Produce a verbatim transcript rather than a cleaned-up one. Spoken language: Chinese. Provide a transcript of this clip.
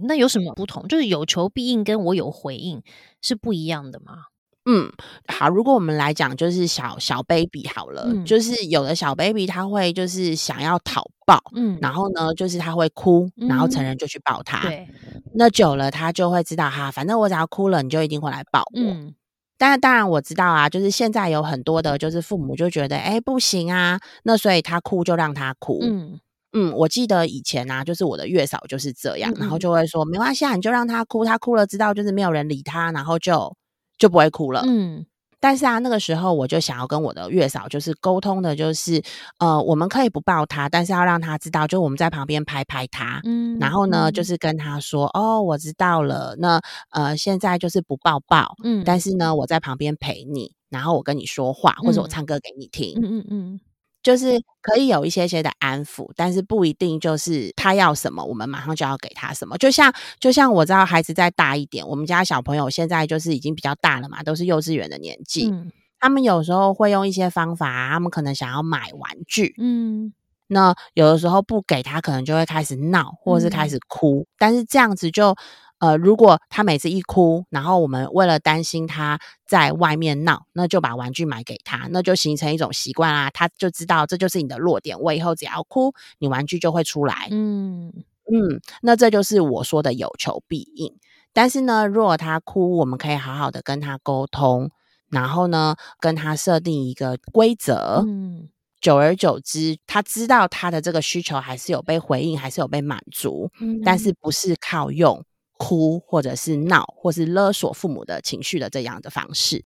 那有什么不同？就是有求必应跟我有回应是不一样的吗？ 嗯，好，如果我们来讲就是小小 baby 好了， 嗯就是有的小 baby 他会就是想要讨抱， 嗯然后呢就是他会哭，然后成嗯， 人就去抱他， 对， 那久了他就会知道哈，反正我只要哭了你就一定会来抱我。 嗯但当然我知道啊，就是现在有很多的就是父母就觉得诶不行啊，那所以他哭就让他哭。 嗯嗯，我记得以前啊，就是我的月嫂就是这样，然后嗯嗯就会说没关系啊，你就让他哭，他哭了知道就是没有人理他，然后就就不会哭了。 嗯但是啊，那个时候我就想要跟我的月嫂就是沟通的，就是呃，我们可以不抱他，但是要让他知道，就我们在旁边拍拍他， 嗯然后呢，就嗯是跟他说，哦，我知道了，那呃，现在就是不抱抱， 嗯但是呢，我在旁边陪你，然后我跟你说话，或者我嗯唱歌给你听。 嗯嗯嗯就是可以有一些些的安抚，但是不一定就是他要什么，我们马上就要给他什么。就像就像我知道孩子再大一点，我们家小朋友现在就是已经比较大了嘛，都是幼稚园的年纪。 嗯他们有时候会用一些方法啊，他们可能想要买玩具， 嗯那有的时候不给他，可能就会开始闹，或者是开嗯始哭。但是这样子就呃，如果他每次一哭，然后我们为了担心他在外面闹，那就把玩具买给他，那就形成一种习惯啊，他就知道这就是你的弱点，我以后只要哭，你玩具就会出来。 嗯嗯，那这就是我说的有求必应。但是呢，如果他哭，我们可以好好的跟他沟通，然后呢，跟他设定一个规则。 嗯久而久之，他知道他的这个需求还是有被回应，还是有被满足，但是嗯不是靠用哭或者是闹或是勒索父母的情绪的这样的方式。